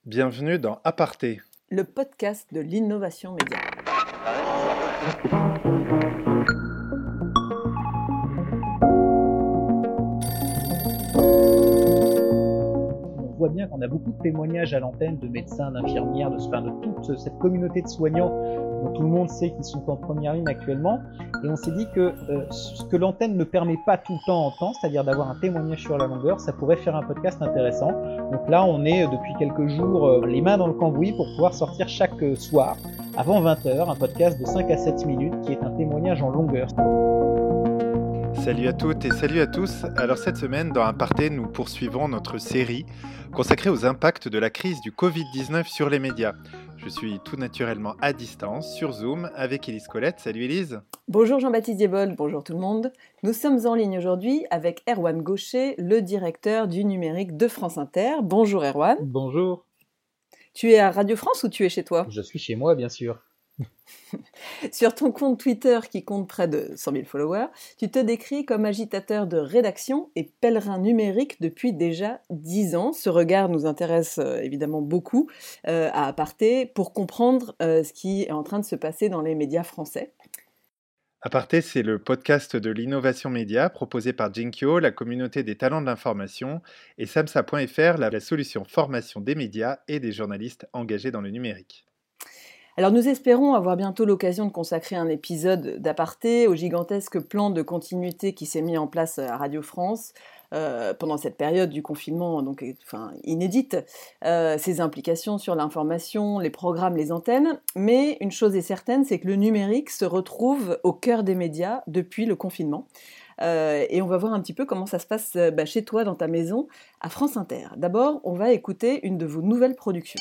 Bienvenue dans Aparté. Le podcast de l'innovation média. On voit bien qu'on a beaucoup de témoignages à l'antenne de médecins, d'infirmières, de toute cette communauté de soignants dont tout le monde sait qu'ils sont en première ligne actuellement. Et on s'est dit que ce que l'antenne ne permet pas tout le temps en temps, c'est-à-dire d'avoir un témoignage sur la longueur, ça pourrait faire un podcast intéressant. Donc là, on est depuis quelques jours les mains dans le cambouis pour pouvoir sortir chaque soir, avant 20h, un podcast de 5 à 7 minutes qui est un témoignage en longueur. Salut à toutes et salut à tous. Alors cette semaine, dans Aparté, nous poursuivons notre série consacrée aux impacts de la crise du Covid-19 sur les médias. Je suis tout naturellement à distance, sur Zoom, avec Élise Colette. Salut Élise. Bonjour Jean-Baptiste Diebold, bonjour tout le monde. Nous sommes en ligne aujourd'hui avec Erwan Gaucher, le directeur du numérique de France Inter. Bonjour Erwan. Bonjour. Tu es à Radio France ou tu es chez toi ? Je suis chez moi, bien sûr. Sur ton compte Twitter qui compte près de 100 000 followers, tu te décris comme agitateur de rédaction et pèlerin numérique depuis déjà 10 ans. Ce regard nous intéresse évidemment beaucoup à Aparté pour comprendre ce qui est en train de se passer dans les médias français. Aparté, c'est le podcast de l'innovation média proposé par Jinkyo, la communauté des talents de l'information, et samsa.fr, la solution formation des médias et des journalistes engagés dans le numérique. Alors nous espérons avoir bientôt l'occasion de consacrer un épisode d'Aparté au gigantesque plan de continuité qui s'est mis en place à Radio France pendant cette période du confinement inédite, ses implications sur l'information, les programmes, les antennes. Mais une chose est certaine, c'est que le numérique se retrouve au cœur des médias depuis le confinement. Et on va voir un petit peu comment ça se passe chez toi, dans ta maison, à France Inter. D'abord, on va écouter une de vos nouvelles productions.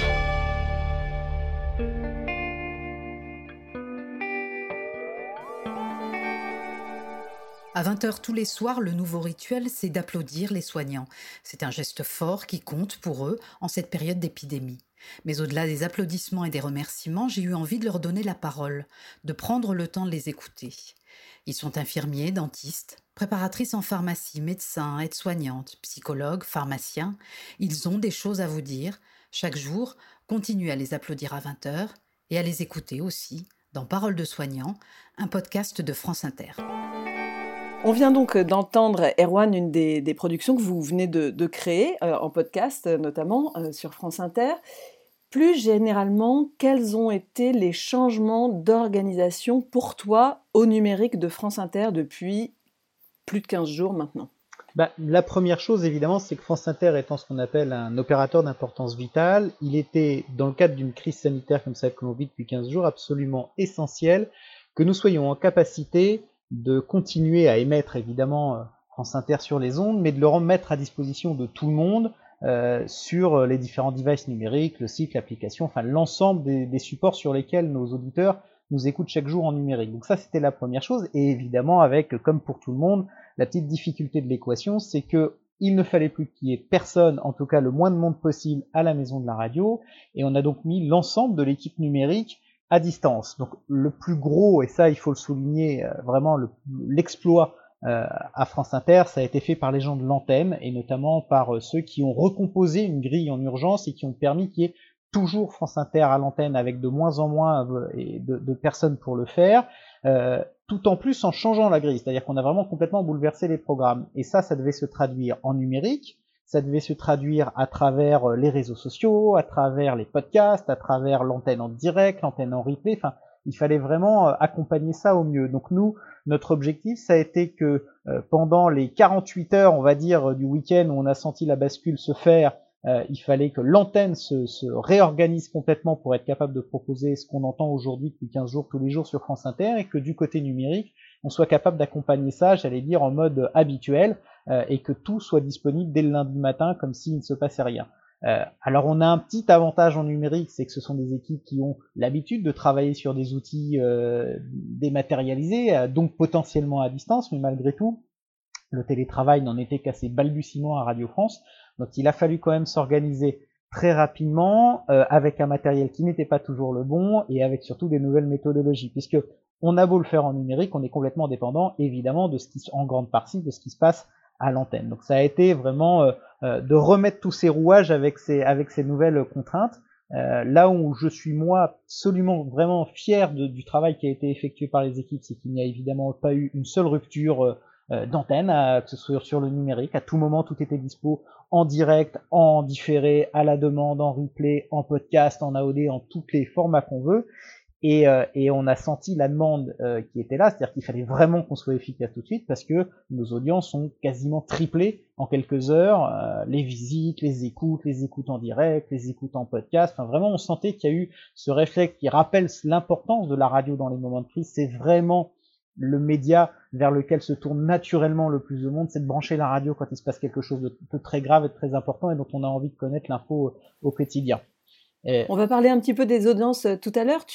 À 20h tous les soirs, le nouveau rituel, c'est d'applaudir les soignants. C'est un geste fort qui compte pour eux en cette période d'épidémie. Mais au-delà des applaudissements et des remerciements, j'ai eu envie de leur donner la parole, de prendre le temps de les écouter. Ils sont infirmiers, dentistes, préparatrices en pharmacie, médecins, aides-soignantes, psychologues, pharmaciens. Ils ont des choses à vous dire. Chaque jour, continuez à les applaudir à 20h et à les écouter aussi dans Paroles de soignants, un podcast de France Inter. On vient donc d'entendre, Erwan, une des productions que vous venez de créer en podcast, notamment sur France Inter. Plus généralement, quels ont été les changements d'organisation pour toi au numérique de France Inter depuis plus de 15 jours maintenant ? La première chose, évidemment, c'est que France Inter étant ce qu'on appelle un opérateur d'importance vitale, il était, dans le cadre d'une crise sanitaire comme celle que l'on vit depuis 15 jours, absolument essentiel que nous soyons en capacité de continuer à émettre évidemment France Inter sur les ondes, mais de le remettre à disposition de tout le monde sur les différents devices numériques, le site, l'application, enfin l'ensemble des supports sur lesquels nos auditeurs nous écoutent chaque jour en numérique. Donc ça, c'était la première chose, et évidemment avec, comme pour tout le monde, la petite difficulté de l'équation, c'est que il ne fallait plus qu'il y ait personne, en tout cas le moins de monde possible, à la maison de la radio, et on a donc mis l'ensemble de l'équipe numérique à distance. Donc le plus gros, et ça il faut le souligner, vraiment l'exploit à France Inter, ça a été fait par les gens de l'antenne, et notamment par ceux qui ont recomposé une grille en urgence et qui ont permis qu'il y ait toujours France Inter à l'antenne avec de moins en moins de personnes pour le faire, tout en plus en changeant la grille, c'est-à-dire qu'on a vraiment complètement bouleversé les programmes. Et ça devait se traduire en numérique, ça devait se traduire à travers les réseaux sociaux, à travers les podcasts, à travers l'antenne en direct, l'antenne en replay. Enfin, il fallait vraiment accompagner ça au mieux. Donc nous, notre objectif, ça a été que pendant les 48 heures, on va dire, du week-end où on a senti la bascule se faire, il fallait que l'antenne se réorganise complètement pour être capable de proposer ce qu'on entend aujourd'hui depuis 15 jours, tous les jours sur France Inter, et que du côté numérique, on soit capable d'accompagner ça, j'allais dire, en mode habituel, et que tout soit disponible dès le lundi matin, comme s'il ne se passait rien. Alors on a un petit avantage en numérique, c'est que ce sont des équipes qui ont l'habitude de travailler sur des outils dématérialisés, donc potentiellement à distance, mais malgré tout, le télétravail n'en était qu'à ses balbutiements à Radio France, donc il a fallu quand même s'organiser très rapidement, avec un matériel qui n'était pas toujours le bon, et avec surtout des nouvelles méthodologies, puisque on a beau le faire en numérique, on est complètement dépendant, évidemment, en grande partie, de ce qui se passe à l'antenne. Donc ça a été vraiment de remettre tous ces rouages avec ces nouvelles contraintes. Là où je suis moi absolument vraiment fier du travail qui a été effectué par les équipes, c'est qu'il n'y a évidemment pas eu une seule rupture d'antenne, que ce soit sur le numérique. À tout moment, tout était dispo en direct, en différé, à la demande, en replay, en podcast, en AOD, en tous les formats qu'on veut. Et on a senti la demande qui était là, c'est-à-dire qu'il fallait vraiment qu'on soit efficace tout de suite parce que nos audiences sont quasiment triplées en quelques heures, les visites, les écoutes en direct, les écoutes en podcast, enfin vraiment on sentait qu'il y a eu ce réflexe qui rappelle l'importance de la radio dans les moments de crise, c'est vraiment le média vers lequel se tourne naturellement le plus de monde, c'est de brancher la radio quand il se passe quelque chose de très grave et de très important et dont on a envie de connaître l'info au quotidien. On va parler un petit peu des audiences tout à l'heure.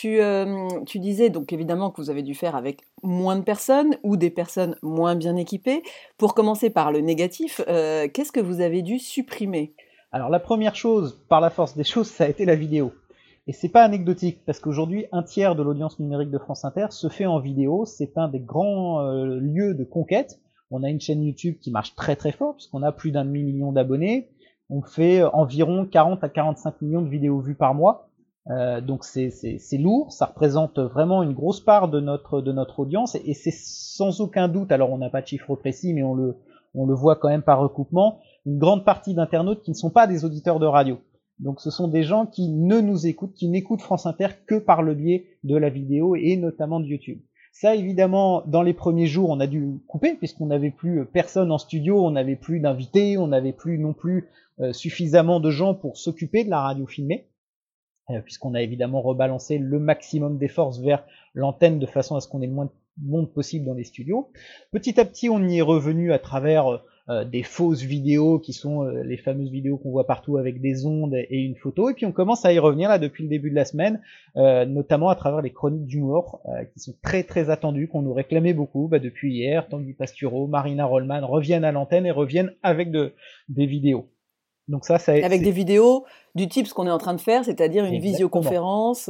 Tu disais donc évidemment que vous avez dû faire avec moins de personnes ou des personnes moins bien équipées. Pour commencer par le négatif, qu'est-ce que vous avez dû supprimer ? Alors la première chose, par la force des choses, ça a été la vidéo. Et c'est pas anecdotique, parce qu'aujourd'hui, 1/3 de l'audience numérique de France Inter se fait en vidéo. C'est un des grands lieux de conquête. On a une chaîne YouTube qui marche très très fort, puisqu'on a plus d'1 demi-million d'abonnés. On fait environ 40 à 45 millions de vidéos vues par mois. Donc c'est lourd, ça représente vraiment une grosse part de notre audience et c'est sans aucun doute, alors on n'a pas de chiffre précis mais on le voit quand même par recoupement, une grande partie d'internautes qui ne sont pas des auditeurs de radio. Donc ce sont des gens qui ne nous écoutent, qui n'écoutent France Inter que par le biais de la vidéo et notamment de YouTube. Ça, évidemment, dans les premiers jours, on a dû couper puisqu'on n'avait plus personne en studio, on n'avait plus d'invités, on n'avait plus non plus suffisamment de gens pour s'occuper de la radio filmée, puisqu'on a évidemment rebalancé le maximum des forces vers l'antenne de façon à ce qu'on ait le moins de monde possible dans les studios. Petit à petit, on y est revenu à travers des fausses vidéos qui sont les fameuses vidéos qu'on voit partout avec des ondes et une photo, et puis on commence à y revenir là depuis le début de la semaine, notamment à travers les chroniques d'humour qui sont très très attendues, qu'on nous réclamait beaucoup depuis hier. Tanguy Pastureau, Marina Rollman reviennent à l'antenne et reviennent avec des vidéos. Donc ça avec des vidéos du type ce qu'on est en train de faire, c'est-à-dire une visioconférence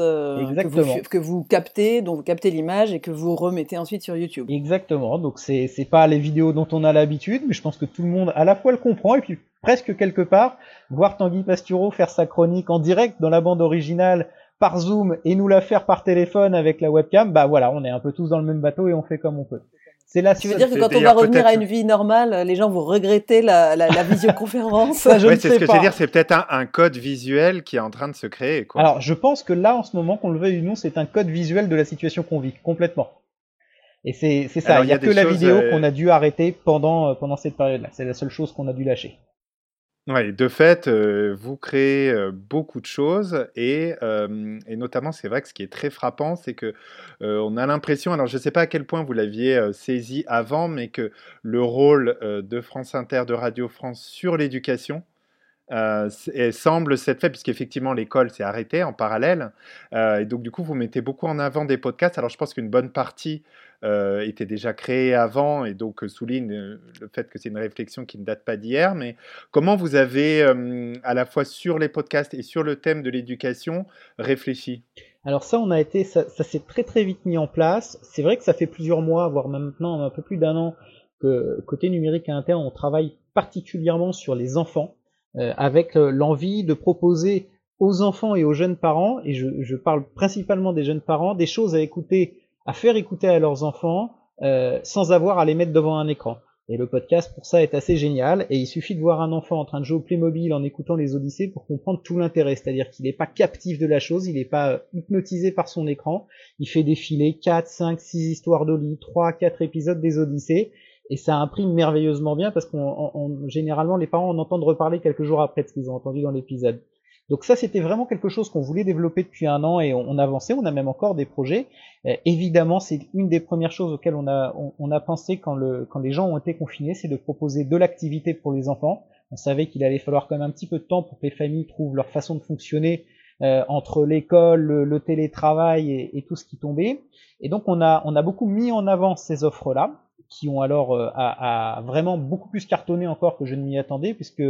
que vous captez, dont vous captez l'image et que vous remettez ensuite sur YouTube. Exactement, donc c'est pas les vidéos dont on a l'habitude, mais je pense que tout le monde à la fois le comprend et puis presque quelque part, voir Tanguy Pastureau faire sa chronique en direct dans la bande originale par Zoom et nous la faire par téléphone avec la webcam, bah voilà, on est un peu tous dans le même bateau et on fait comme on peut. Tu veux dire que quand on va revenir à une vie normale, les gens vont regretter la visioconférence? C'est ce que je veux dire, c'est peut-être un code visuel qui est en train de se créer, quoi. Alors, je pense que là, en ce moment, qu'on le veuille ou non, c'est un code visuel de la situation qu'on vit, complètement. Et c'est ça, il n'y a que la vidéo qu'on a dû arrêter pendant cette période-là. C'est la seule chose qu'on a dû lâcher. Ouais, de fait, vous créez beaucoup de choses et notamment, c'est vrai que ce qui est très frappant, c'est que on a l'impression, alors je ne sais pas à quel point vous l'aviez saisi avant, mais que le rôle de France Inter, de Radio France sur l'éducation semble s'être fait, puisqu'effectivement l'école s'est arrêtée en parallèle. Et donc du coup, vous mettez beaucoup en avant des podcasts. Alors je pense qu'une bonne partie était déjà créée avant et donc souligne le fait que c'est une réflexion qui ne date pas d'hier. Mais comment vous avez, à la fois sur les podcasts et sur le thème de l'éducation, réfléchi ? Alors ça, ça s'est très très vite mis en place. C'est vrai que ça fait plusieurs mois, voire maintenant un peu plus d'1 an, que côté numérique à Inter, on travaille particulièrement sur les enfants, avec l'envie de proposer aux enfants et aux jeunes parents, et je parle principalement des jeunes parents, des choses à faire écouter à leurs enfants, sans avoir à les mettre devant un écran. Et le podcast, pour ça, est assez génial, et il suffit de voir un enfant en train de jouer au Playmobil en écoutant les Odyssées pour comprendre tout l'intérêt, c'est-à-dire qu'il n'est pas captif de la chose, il n'est pas hypnotisé par son écran, il fait défiler 4, 5, 6 histoires d'Oli, 3, 4 épisodes des Odyssées, et ça imprime merveilleusement bien parce généralement les parents en entendent reparler quelques jours après de ce qu'ils ont entendu dans l'épisode. Donc ça, c'était vraiment quelque chose qu'on voulait développer depuis 1 an et on avançait, on a même encore des projets. Évidemment, c'est une des premières choses auxquelles on a pensé quand les gens ont été confinés, c'est de proposer de l'activité pour les enfants. On savait qu'il allait falloir quand même un petit peu de temps pour que les familles trouvent leur façon de fonctionner entre l'école, le télétravail et tout ce qui tombait. Et donc on a beaucoup mis en avant ces offres-là, qui ont alors a vraiment beaucoup plus cartonné encore que je ne m'y attendais, puisque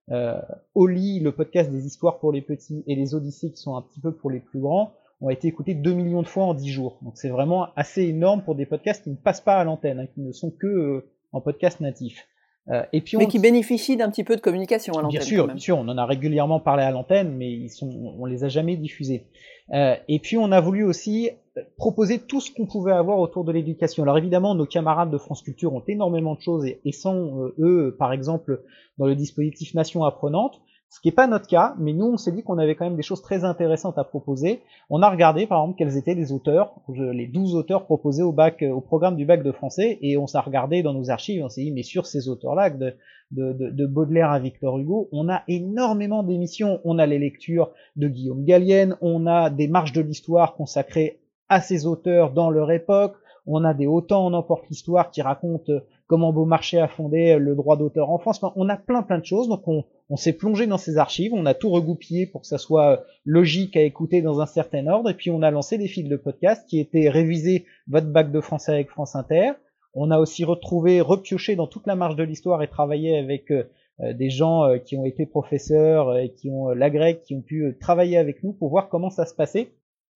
Oli, le podcast des histoires pour les petits, et les Odyssées qui sont un petit peu pour les plus grands, ont été écoutés 2 millions de fois en 10 jours. Donc c'est vraiment assez énorme pour des podcasts qui ne passent pas à l'antenne, qui ne sont que en podcast natif. Et puis mais qui bénéficient d'un petit peu de communication à l'antenne. Bien sûr, on en a régulièrement parlé à l'antenne, mais on les a jamais diffusés. Et puis on a voulu aussi proposer tout ce qu'on pouvait avoir autour de l'éducation. Alors évidemment, nos camarades de France Culture ont énormément de choses et sont eux, par exemple, dans le dispositif Nation Apprenante, ce qui n'est pas notre cas, mais nous on s'est dit qu'on avait quand même des choses très intéressantes à proposer. On a regardé par exemple quels étaient les auteurs, les 12 auteurs proposés au programme du bac de français, et on s'est regardé dans nos archives, on s'est dit mais sur ces auteurs-là, de Baudelaire à Victor Hugo, on a énormément d'émissions. On a les lectures de Guillaume Gallienne, on a des marches de l'histoire consacrées à ces auteurs dans leur époque, on a des Autant en emporte l'histoire qui racontent comment Beaumarchais a fondé le droit d'auteur en France. Enfin, on a plein de choses, donc on s'est plongé dans ces archives, on a tout recoupillé pour que ça soit logique à écouter dans un certain ordre, et puis on a lancé des fils de podcast qui étaient révisés votre bac de français avec France Inter. On a aussi repioché dans toute la marche de l'histoire et travaillé avec des gens qui ont été professeurs et qui ont l'agrég, qui ont pu travailler avec nous pour voir comment ça se passait.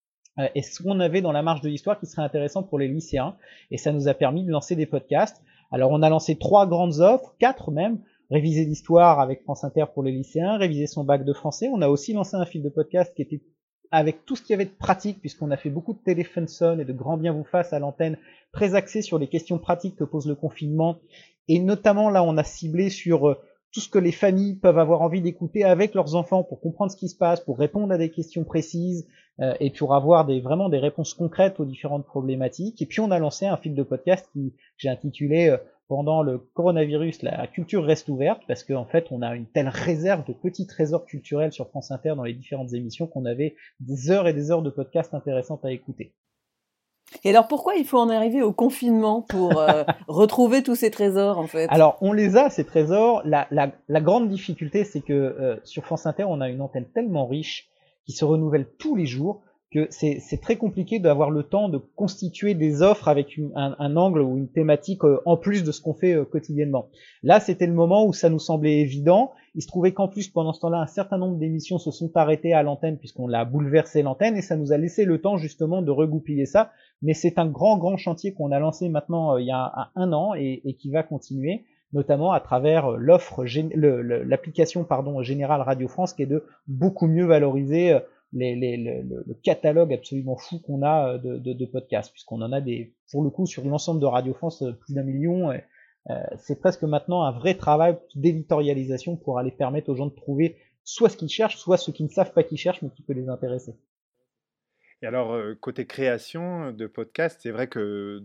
Et ce qu'on avait dans la marche de l'histoire qui serait intéressant pour les lycéens, et ça nous a permis de lancer des podcasts. Alors on a lancé 3 grandes offres, 4 même, réviser l'histoire avec France Inter pour les lycéens, réviser son bac de français. On a aussi lancé un fil de podcast qui était avec tout ce qu'il y avait de pratique, puisqu'on a fait beaucoup de téléphone sonne et de grand bien vous fasse à l'antenne, très axé sur les questions pratiques que pose le confinement, et notamment là on a ciblé sur tout ce que les familles peuvent avoir envie d'écouter avec leurs enfants pour comprendre ce qui se passe, pour répondre à des questions précises et pour avoir vraiment des réponses concrètes aux différentes problématiques. Et puis on a lancé un fil de podcast que j'ai intitulé pendant le coronavirus, la culture reste ouverte, parce qu'en fait on a une telle réserve de petits trésors culturels sur France Inter dans les différentes émissions qu'on avait des heures et des heures de podcasts intéressantes à écouter. Et alors pourquoi il faut en arriver au confinement pour retrouver tous ces trésors en fait? Alors on les a ces trésors, la grande difficulté c'est que sur France Inter on a une antenne tellement riche qui se renouvelle tous les jours que c'est très compliqué d'avoir le temps de constituer des offres avec un angle ou une thématique en plus de ce qu'on fait quotidiennement. Là, c'était le moment où ça nous semblait évident. Il se trouvait qu'en plus, pendant ce temps-là, un certain nombre d'émissions se sont arrêtées à l'antenne puisqu'on l'a bouleversé l'antenne, et ça nous a laissé le temps justement de regoupiller ça. Mais c'est un grand chantier qu'on a lancé maintenant il y a un an et qui va continuer, notamment à travers l'application Générale Radio France, qui est de beaucoup mieux valoriser le catalogue absolument fou qu'on a de podcasts, puisqu'on en a pour le coup sur l'ensemble de Radio France plus d'1 million. C'est presque maintenant un vrai travail d'éditorialisation pour aller permettre aux gens de trouver soit ce qu'ils cherchent, soit ce qu'ils ne savent pas qu'ils cherchent, mais qui peut les intéresser. Et alors, côté création de podcasts, c'est vrai que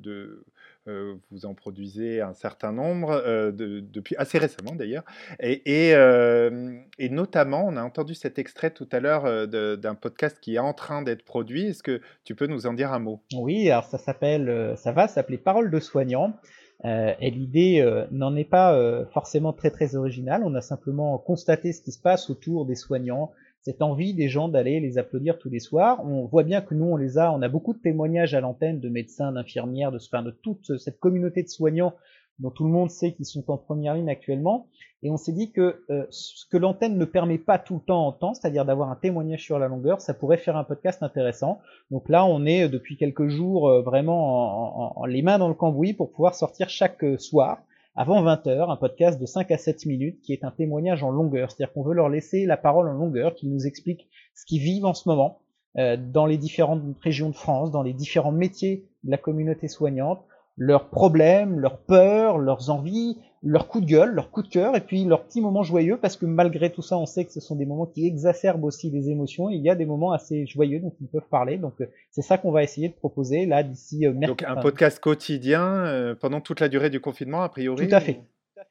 vous en produisez un certain nombre, depuis assez récemment d'ailleurs. Et notamment, on a entendu cet extrait tout à l'heure d'un podcast qui est en train d'être produit. Est-ce que tu peux nous en dire un mot? Oui, alors ça va s'appeler Paroles de soignants. Et l'idée n'en est pas forcément très originale. On a simplement constaté ce qui se passe autour des soignants, cette envie des gens d'aller les applaudir tous les soirs. On voit bien que nous, on a beaucoup de témoignages à l'antenne de médecins, d'infirmières, de toute cette communauté de soignants dont tout le monde sait qu'ils sont en première ligne actuellement. Et on s'est dit que ce que l'antenne ne permet pas tout le temps en temps, c'est-à-dire d'avoir un témoignage sur la longueur, ça pourrait faire un podcast intéressant. Donc là, on est depuis quelques jours vraiment les mains dans le cambouis pour pouvoir sortir chaque soir, avant 20h, un podcast de 5 à 7 minutes qui est un témoignage en longueur. C'est-à-dire qu'on veut leur laisser la parole en longueur, qu'ils nous expliquent ce qu'ils vivent en ce moment dans les différentes régions de France, dans les différents métiers de la communauté soignante, leurs problèmes, leurs peurs, leurs envies, leurs coups de gueule, leurs coups de cœur, et puis leurs petits moments joyeux, parce que malgré tout ça, on sait que ce sont des moments qui exacerbent aussi les émotions, et il y a des moments assez joyeux dont ils peuvent parler, donc c'est ça qu'on va essayer de proposer là d'ici mercredi. Donc un podcast quotidien pendant toute la durée du confinement, a priori? Tout à fait.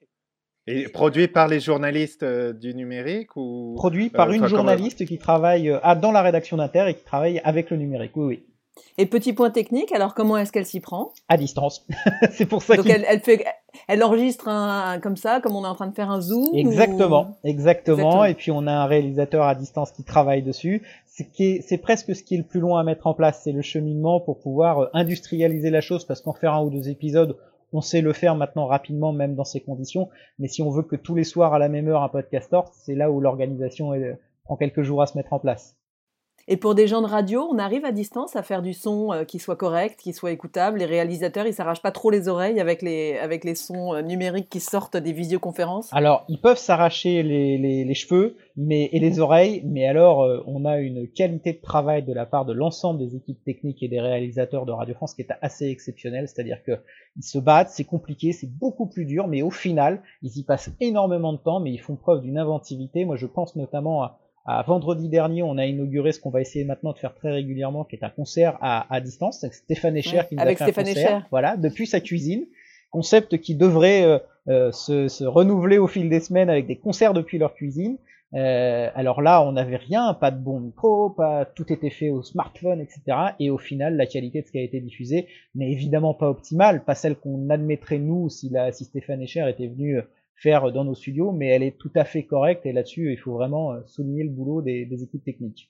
Et produit par les journalistes du numérique ou produit par une journaliste qui travaille dans la rédaction d'Inter et qui travaille avec le numérique, oui. Et petit point technique, alors comment est-ce qu'elle s'y prend? À distance. C'est pour ça. Donc elle enregistre comme ça, comme on est en train de faire un Zoom. Exactement. Et puis on a un réalisateur à distance qui travaille dessus. C'est presque ce qui est le plus long à mettre en place, c'est le cheminement pour pouvoir industrialiser la chose, parce qu'en faire 1 ou 2 épisodes, on sait le faire maintenant rapidement, même dans ces conditions. Mais si on veut que tous les soirs à la même heure un podcast sorte, c'est là où l'organisation prend quelques jours à se mettre en place. Et pour des gens de radio, on arrive à distance à faire du son qui soit correct, qui soit écoutable. Les réalisateurs, ils s'arrachent pas trop les oreilles avec les sons numériques qui sortent des visioconférences. Alors, ils peuvent s'arracher les cheveux et les oreilles, mais alors on a une qualité de travail de la part de l'ensemble des équipes techniques et des réalisateurs de Radio France qui est assez exceptionnelle. C'est-à-dire que ils se battent, c'est compliqué, c'est beaucoup plus dur, mais au final, ils y passent énormément de temps, mais ils font preuve d'une inventivité. Moi, je pense notamment à vendredi dernier, on a inauguré ce qu'on va essayer maintenant de faire très régulièrement, qui est un concert à distance, avec Stéphane Escher qui nous a fait un concert, voilà, depuis sa cuisine. Concept qui devrait se renouveler au fil des semaines avec des concerts depuis leur cuisine. Alors là, on n'avait rien, pas de bon micro, tout était fait au smartphone, etc. Et au final, la qualité de ce qui a été diffusé n'est évidemment pas optimale, pas celle qu'on admettrait nous si Stéphane Escher était venu faire dans nos studios, mais elle est tout à fait correcte et là-dessus, il faut vraiment souligner le boulot des équipes techniques.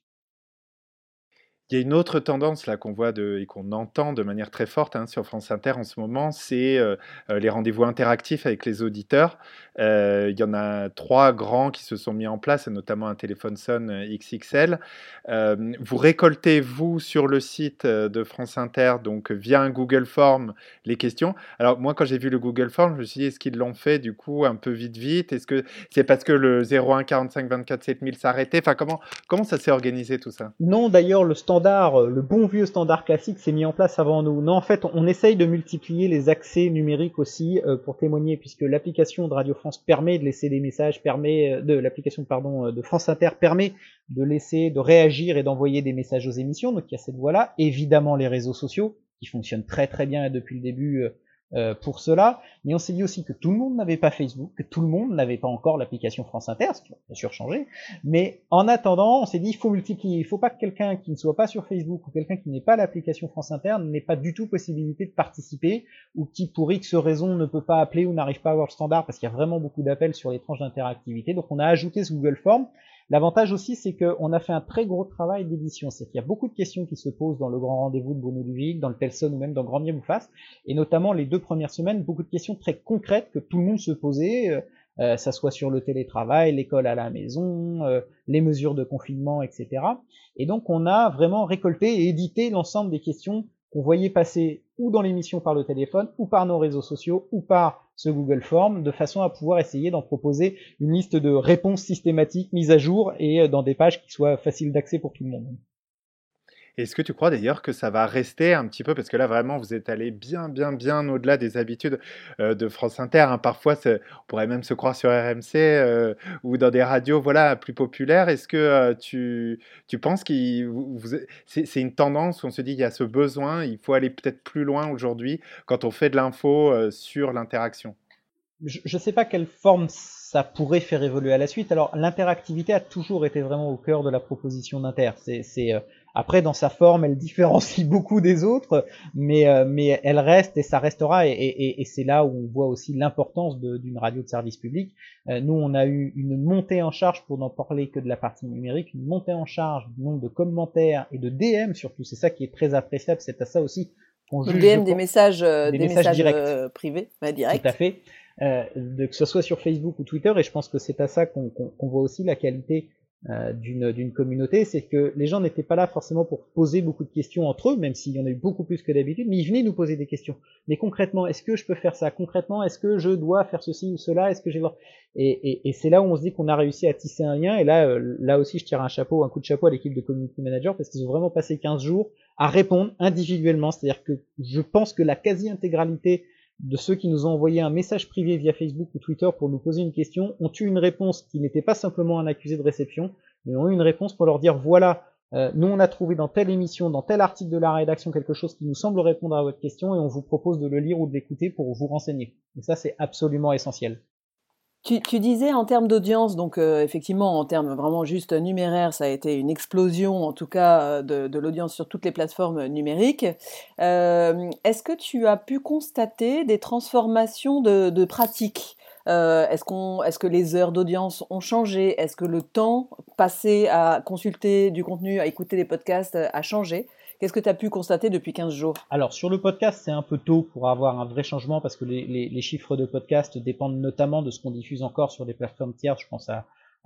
Il y a une autre tendance là qu'on voit et qu'on entend de manière très forte sur France Inter en ce moment, c'est les rendez-vous interactifs avec les auditeurs. Il y en a 3 grands qui se sont mis en place, notamment un téléphone sonne XXL. Vous récoltez, vous, sur le site de France Inter, donc via un Google Form, les questions. Alors moi, quand j'ai vu le Google Form, je me suis dit, est-ce qu'ils l'ont fait du coup un peu vite? Est-ce que c'est parce que le 01 45 24 7000 s'arrêtait? Enfin, comment ça s'est organisé tout ça? Non, d'ailleurs, le bon vieux standard classique s'est mis en place avant nous. Non, en fait, on essaye de multiplier les accès numériques aussi pour témoigner, puisque l'application de Radio France permet de laisser des messages, l'application de France Inter permet de réagir et d'envoyer des messages aux émissions. Donc il y a cette voie-là. Évidemment, les réseaux sociaux qui fonctionnent très très bien depuis le début pour cela, mais on s'est dit aussi que tout le monde n'avait pas Facebook, que tout le monde n'avait pas encore l'application France Inter, ce qui va bien sûr changer, mais en attendant, on s'est dit il faut multiplier, il faut pas que quelqu'un qui ne soit pas sur Facebook ou quelqu'un qui n'ait pas l'application France Inter n'ait pas du tout possibilité de participer, ou qui pour X raison ne peut pas appeler ou n'arrive pas à avoir le standard, parce qu'il y a vraiment beaucoup d'appels sur les tranches d'interactivité, donc on a ajouté ce Google Form. L'avantage aussi, c'est qu'on a fait un très gros travail d'édition. C'est qu'il y a beaucoup de questions qui se posent dans le grand rendez-vous de Bruno Duvic, dans le Telson ou même dans Grand Bien vous fasse. Et notamment les 2 premières semaines, beaucoup de questions très concrètes que tout le monde se posait, ça soit sur le télétravail, l'école à la maison, les mesures de confinement, etc. Et donc on a vraiment récolté et édité l'ensemble des questions qu'on voyait passer ou dans l'émission par le téléphone, ou par nos réseaux sociaux, ou par ce Google Form, de façon à pouvoir essayer d'en proposer une liste de réponses systématiques mises à jour et dans des pages qui soient faciles d'accès pour tout le monde. Est-ce que tu crois d'ailleurs que ça va rester un petit peu, parce que là vraiment vous êtes allé bien au-delà des habitudes de France Inter, Parfois on pourrait même se croire sur RMC ou dans des radios plus populaires. Est-ce que tu penses que c'est une tendance où on se dit il y a ce besoin, il faut aller peut-être plus loin aujourd'hui quand on fait de l'info sur l'interaction? Je ne sais pas quelle forme ça pourrait faire évoluer à la suite. Alors l'interactivité a toujours été vraiment au cœur de la proposition d'Inter. Après, dans sa forme, elle différencie beaucoup des autres, mais elle reste et ça restera. Et c'est là où on voit aussi l'importance d'une radio de service public. Nous, on a eu une montée en charge, pour n'en parler que de la partie numérique, une montée en charge du nombre de commentaires et de DM surtout. C'est ça qui est très appréciable. C'est à ça aussi qu'on juge. DM, des messages directs. Privés, directs. Tout à fait. Que ce soit sur Facebook ou Twitter, et je pense que c'est à ça qu'on voit aussi la qualité d'une communauté, c'est que les gens n'étaient pas là forcément pour poser beaucoup de questions entre eux, même s'il y en a eu beaucoup plus que d'habitude, mais ils venaient nous poser des questions. Mais concrètement, est-ce que je peux faire ça? Concrètement, est-ce que je dois faire ceci ou cela? Est-ce que j'ai et c'est là où on se dit qu'on a réussi à tisser un lien, et là aussi je tire un coup de chapeau à l'équipe de community manager, parce qu'ils ont vraiment passé 15 jours à répondre individuellement. C'est-à-dire que je pense que la quasi-intégralité de ceux qui nous ont envoyé un message privé via Facebook ou Twitter pour nous poser une question ont eu une réponse qui n'était pas simplement un accusé de réception, mais ont eu une réponse pour leur dire voilà, nous on a trouvé dans telle émission, dans tel article de la rédaction quelque chose qui nous semble répondre à votre question et on vous propose de le lire ou de l'écouter pour vous renseigner. Et ça c'est absolument essentiel. Tu disais en termes d'audience, donc effectivement en termes vraiment juste numéraires, ça a été une explosion en tout cas de l'audience sur toutes les plateformes numériques. Est-ce que tu as pu constater des transformations de pratiques? Est-ce que les heures d'audience ont changé? Est-ce que le temps passé à consulter du contenu, à écouter des podcasts a changé? Qu'est-ce que tu as pu constater depuis 15 jours? Alors, sur le podcast, c'est un peu tôt pour avoir un vrai changement parce que les chiffres de podcast dépendent notamment de ce qu'on diffuse encore sur des plateformes tierces. Je pense à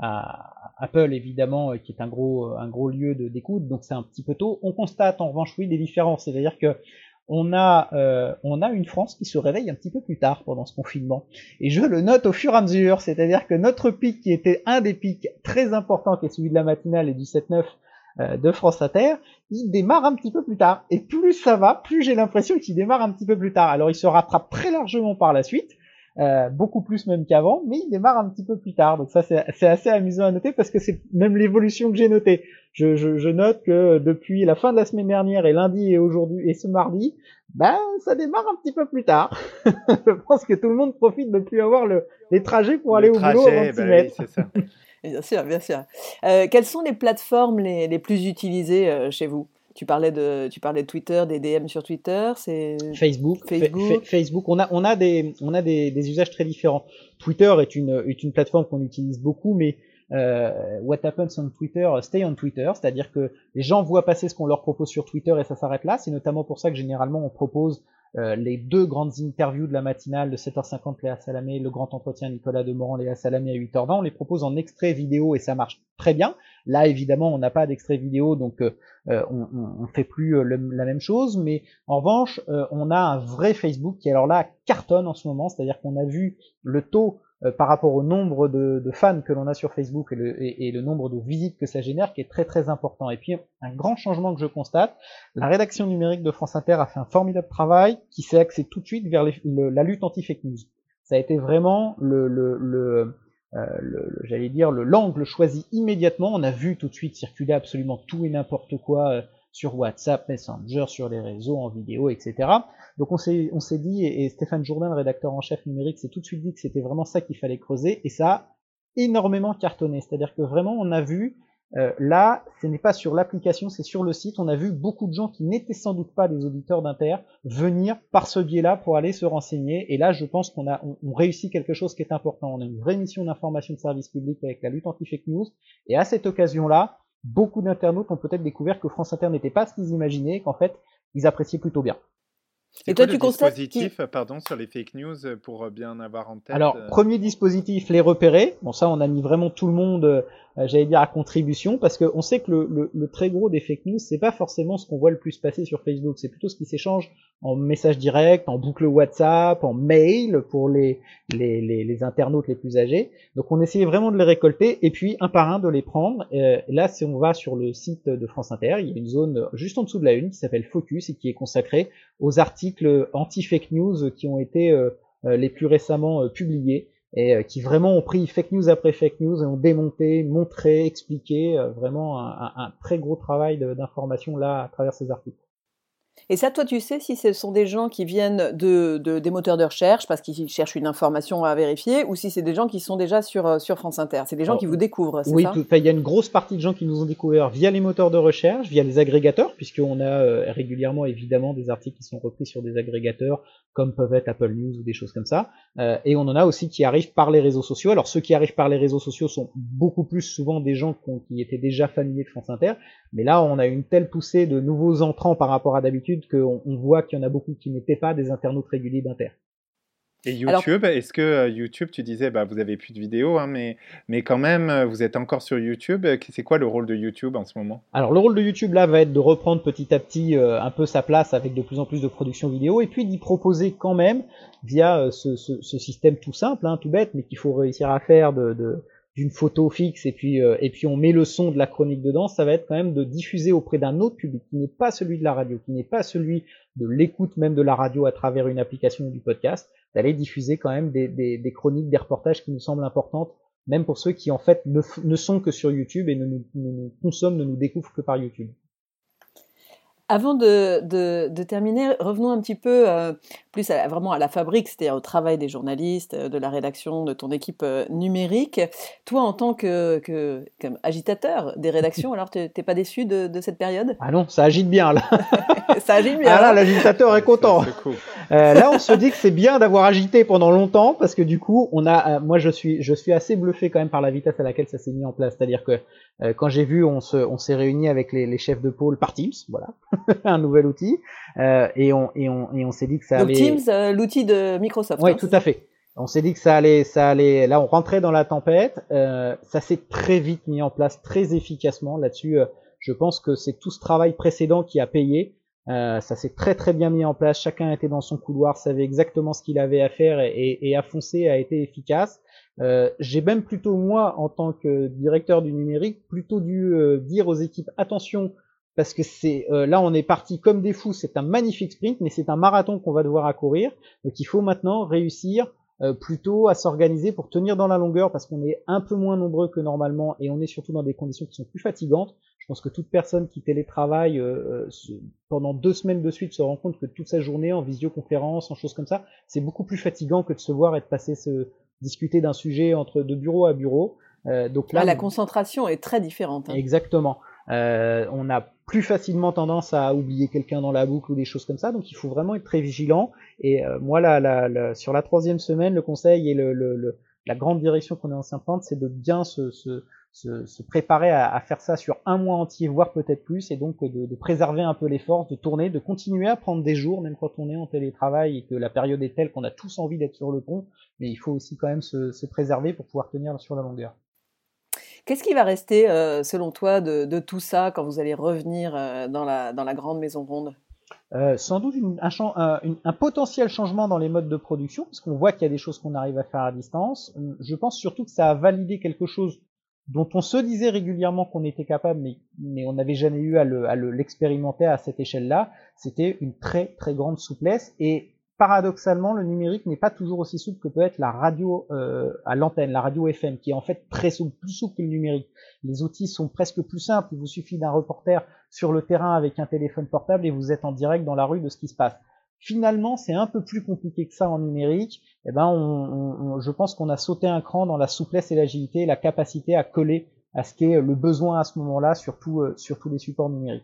Apple évidemment, qui est un gros lieu d'écoute, donc c'est un petit peu tôt. On constate en revanche oui des différences, c'est-à-dire que on a une France qui se réveille un petit peu plus tard pendant ce confinement, et je le note au fur et à mesure, c'est-à-dire que notre pic qui était un des pics très importants, qui est celui de la matinale et du 7-9 de France Inter, il démarre un petit peu plus tard, et plus ça va, plus j'ai l'impression qu'il démarre un petit peu plus tard. Alors il se rattrape très largement par la suite, beaucoup plus même qu'avant, mais il démarre un petit peu plus tard. Donc ça c'est assez amusant à noter, parce que c'est même l'évolution que j'ai notée. Je note que depuis la fin de la semaine dernière et lundi et aujourd'hui et ce mardi, ça démarre un petit peu plus tard. Je pense que tout le monde profite de plus avoir les trajets pour aller au boulot avant de s'y mettre. Oui, c'est ça. Bien sûr, bien sûr. Quelles sont les plateformes les plus utilisées chez vous ? Tu parlais de Twitter, des DM sur Twitter, c'est Facebook. Facebook. On a des usages très différents. Twitter est une plateforme qu'on utilise beaucoup, mais what happens on Twitter stay on Twitter, c'est-à-dire que les gens voient passer ce qu'on leur propose sur Twitter et ça s'arrête là. C'est notamment pour ça que généralement on propose les deux grandes interviews de la matinale de 7h50, Léa Salamé, le grand entretien Nicolas Demorand, Léa Salamé à 8h20, on les propose en extrait vidéo et ça marche très bien. Là évidemment on n'a pas d'extrait vidéo, donc on fait plus la même chose, mais en revanche on a un vrai Facebook qui alors là cartonne en ce moment, c'est-à-dire qu'on a vu le taux par rapport au nombre de fans que l'on a sur Facebook et le nombre de visites que ça génère, qui est très très important. Et puis un grand changement que je constate, la rédaction numérique de France Inter a fait un formidable travail qui s'est axé tout de suite vers la lutte anti-fake news. Ça a été vraiment j'allais dire l'angle choisi immédiatement. On a vu tout de suite circuler absolument tout et n'importe quoi sur WhatsApp, Messenger, sur les réseaux, en vidéo, etc. Donc on s'est dit, et Stéphane Jourdain, le rédacteur en chef numérique, s'est tout de suite dit que c'était vraiment ça qu'il fallait creuser, et ça a énormément cartonné. C'est-à-dire que vraiment on a vu, là, ce n'est pas sur l'application, c'est sur le site, on a vu beaucoup de gens qui n'étaient sans doute pas des auditeurs d'Inter venir par ce biais-là pour aller se renseigner, et là je pense qu'on réussit quelque chose qui est important. On a une vraie mission d'information de service public avec la lutte anti-fake news, et à cette occasion-là, beaucoup d'internautes ont peut-être découvert que France Inter n'était pas ce qu'ils imaginaient, qu'en fait, ils appréciaient plutôt bien. Et toi, tu constates dispositif, sur les fake news pour bien avoir en tête. Alors, premier dispositif, les repérer. Bon, ça, on a mis vraiment tout le monde, j'allais dire, à contribution, parce que on sait que le très gros des fake news, c'est pas forcément ce qu'on voit le plus passer sur Facebook, c'est plutôt ce qui s'échange en message direct, en boucle WhatsApp, en mail pour les internautes les plus âgés. Donc, on essayait vraiment de les récolter et puis un par un de les prendre. Là, si on va sur le site de France Inter, il y a une zone juste en dessous de la une qui s'appelle Focus et qui est consacrée aux articles anti-fake news qui ont été les plus récemment publiés et qui vraiment ont pris fake news après fake news et ont démonté, montré, expliqué vraiment un très gros travail d'information là à travers ces articles. Et ça, toi, tu sais si ce sont des gens qui viennent des moteurs de recherche parce qu'ils cherchent une information à vérifier, ou si c'est des gens qui sont déjà sur France Inter. C'est des gens qui vous découvrent, c'est ça ? Oui, il y a une grosse partie de gens qui nous ont découvert via les moteurs de recherche, via les agrégateurs, puisqu'on a régulièrement évidemment des articles qui sont repris sur des agrégateurs, comme peuvent être Apple News ou des choses comme ça. Et on en a aussi qui arrivent par les réseaux sociaux. Alors ceux qui arrivent par les réseaux sociaux sont beaucoup plus souvent des gens qui étaient déjà familiers de France Inter. Mais là, on a une telle poussée de nouveaux entrants par rapport à d'habitude qu'on voit qu'il y en a beaucoup qui n'étaient pas des internautes réguliers d'Inter. Et YouTube, est-ce que YouTube, tu disais, vous avez plus de vidéos, hein, mais quand même, vous êtes encore sur YouTube. C'est quoi le rôle de YouTube en ce moment ? Alors le rôle de YouTube là va être de reprendre petit à petit un peu sa place avec de plus en plus de production vidéo et puis d'y proposer quand même via ce système tout simple, tout bête, mais qu'il faut réussir à faire d'une photo fixe et puis on met le son de la chronique dedans, ça va être quand même de diffuser auprès d'un autre public qui n'est pas celui de la radio, qui n'est pas celui de l'écoute même de la radio à travers une application ou du podcast, d'aller diffuser quand même des chroniques, des reportages qui nous semblent importantes, même pour ceux qui en fait ne sont que sur YouTube et ne nous consomment, ne nous découvrent que par YouTube. Avant de terminer, revenons un petit peu plus vraiment à la fabrique, c'est-à-dire au travail des journalistes, de la rédaction, de ton équipe numérique. Toi, en tant comme agitateur des rédactions, alors t'es pas déçu de cette période ? Ah non, ça agite bien là. Ça agite bien. Ah là, l'agitateur est content. C'est cool. Là, on se dit que c'est bien d'avoir agité pendant longtemps parce que du coup, moi, je suis assez bluffé quand même par la vitesse à laquelle ça s'est mis en place. C'est-à-dire que quand j'ai vu, on s'est réunis avec les chefs de pôle par Teams, voilà, un nouvel outil, et on s'est dit que ça allait. Donc Teams, l'outil de Microsoft. Oui, tout à fait. On s'est dit que ça allait. Là, on rentrait dans la tempête. Ça s'est très vite mis en place, très efficacement. Là-dessus, je pense que c'est tout ce travail précédent qui a payé. Ça s'est très très bien mis en place. Chacun était dans son couloir, savait exactement ce qu'il avait à faire et a foncé, a été efficace. J'ai même plutôt, moi, en tant que directeur du numérique, plutôt dû dire aux équipes attention, parce que là on est parti comme des fous. C'est un magnifique sprint, mais c'est un marathon qu'on va devoir accourir. Donc il faut maintenant réussir plutôt à s'organiser pour tenir dans la longueur, parce qu'on est un peu moins nombreux que normalement et on est surtout dans des conditions qui sont plus fatigantes. Je pense que toute personne qui télétravaille pendant 2 semaines de suite se rend compte que toute sa journée en visioconférence, en choses comme ça, c'est beaucoup plus fatigant que de se voir et de discuter d'un sujet de bureau à bureau. Donc là, la concentration est très différente. Hein. Exactement. On a plus facilement tendance à oublier quelqu'un dans la boucle ou des choses comme ça, donc il faut vraiment être très vigilant. Et moi, sur la 3e semaine, le conseil et la grande direction qu'on est en train de prendre, c'est de bien se préparer à faire ça sur 1 mois entier, voire peut-être plus, et donc de préserver un peu les forces, de tourner, de continuer à prendre des jours, même quand on est en télétravail et que la période est telle qu'on a tous envie d'être sur le pont, mais il faut aussi quand même se préserver pour pouvoir tenir sur la longueur. Qu'est-ce qui va rester, selon toi, de tout ça quand vous allez revenir dans la grande maison ronde ? Sans doute un potentiel changement dans les modes de production, parce qu'on voit qu'il y a des choses qu'on arrive à faire à distance. Je pense surtout que ça a validé quelque chose dont on se disait régulièrement qu'on était capable, mais on n'avait jamais eu à l'expérimenter à cette échelle-là. C'était une très très grande souplesse, et paradoxalement, le numérique n'est pas toujours aussi souple que peut être la radio à l'antenne, la radio FM, qui est en fait très souple, plus souple que le numérique. Les outils sont presque plus simples. Il vous suffit d'un reporter sur le terrain avec un téléphone portable et vous êtes en direct dans la rue de ce qui se passe. Finalement, c'est un peu plus compliqué que ça en numérique. Je pense qu'on a sauté un cran dans la souplesse et l'agilité, la capacité à coller à ce qu'est le besoin à ce moment-là sur tous les supports numériques.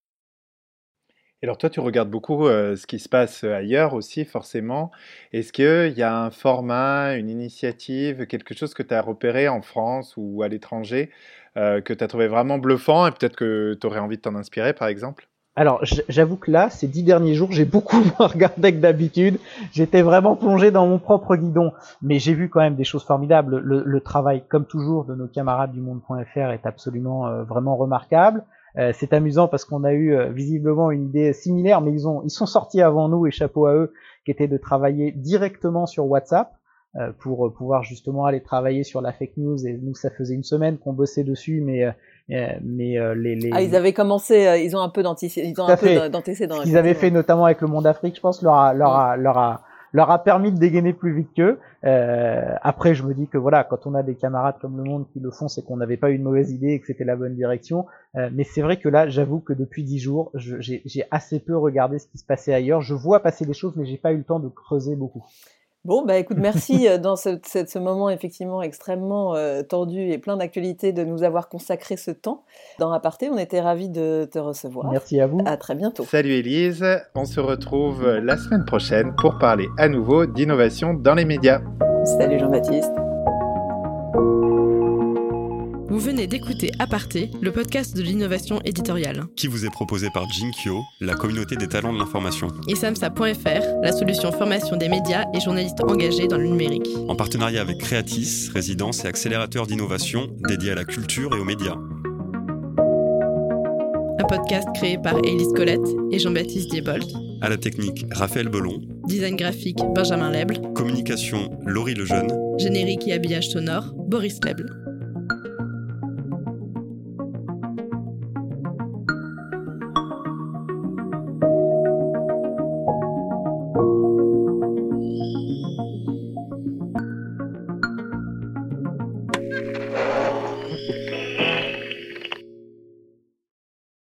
Et alors toi, tu regardes beaucoup ce qui se passe ailleurs aussi, forcément. Est-ce qu'il y a un format, une initiative, quelque chose que tu as repéré en France ou à l'étranger, que tu as trouvé vraiment bluffant et peut-être que tu aurais envie de t'en inspirer, par exemple ? Alors, j'avoue que là, ces 10 derniers jours, j'ai beaucoup moins regardé que d'habitude. J'étais vraiment plongé dans mon propre guidon. Mais j'ai vu quand même des choses formidables. Le travail, comme toujours, de nos camarades du Monde.fr est absolument vraiment remarquable. C'est amusant parce qu'on a eu visiblement une idée similaire, mais ils sont sortis avant nous, et chapeau à eux, qui était de travailler directement sur WhatsApp pour pouvoir justement aller travailler sur la fake news. Et nous, ça faisait 1 semaine qu'on bossait dessus, mais ils avaient commencé, ils ont un peu d'antécédents. Ce qu'ils avaient fait notamment avec le Monde Afrique, je pense, leur a permis de dégainer plus vite qu'eux. Après, je me dis que voilà, quand on a des camarades comme Le Monde qui le font, c'est qu'on n'avait pas eu une mauvaise idée et que c'était la bonne direction. Mais c'est vrai que là, j'avoue que depuis 10 jours, j'ai assez peu regardé ce qui se passait ailleurs. Je vois passer des choses, mais j'ai pas eu le temps de creuser beaucoup. Bon, écoute, merci dans ce moment effectivement extrêmement tendu et plein d'actualités de nous avoir consacré ce temps. Dans Aparté, on était ravis de te recevoir. Merci à vous. À très bientôt. Salut Élise, on se retrouve la semaine prochaine pour parler à nouveau d'innovation dans les médias. Salut Jean-Baptiste. Vous venez d'écouter Aparté, le podcast de l'innovation éditoriale. Qui vous est proposé par Jinkyo, la communauté des talents de l'information. Et Samsa.fr, la solution formation des médias et journalistes engagés dans le numérique. En partenariat avec Creatis, résidence et accélérateur d'innovation dédié à la culture et aux médias. Un podcast créé par Élise Colette et Jean-Baptiste Diebold. À la technique, Raphaël Belon. Design graphique, Benjamin Leble. Communication, Laurie Lejeune. Générique et habillage sonore, Boris Leble.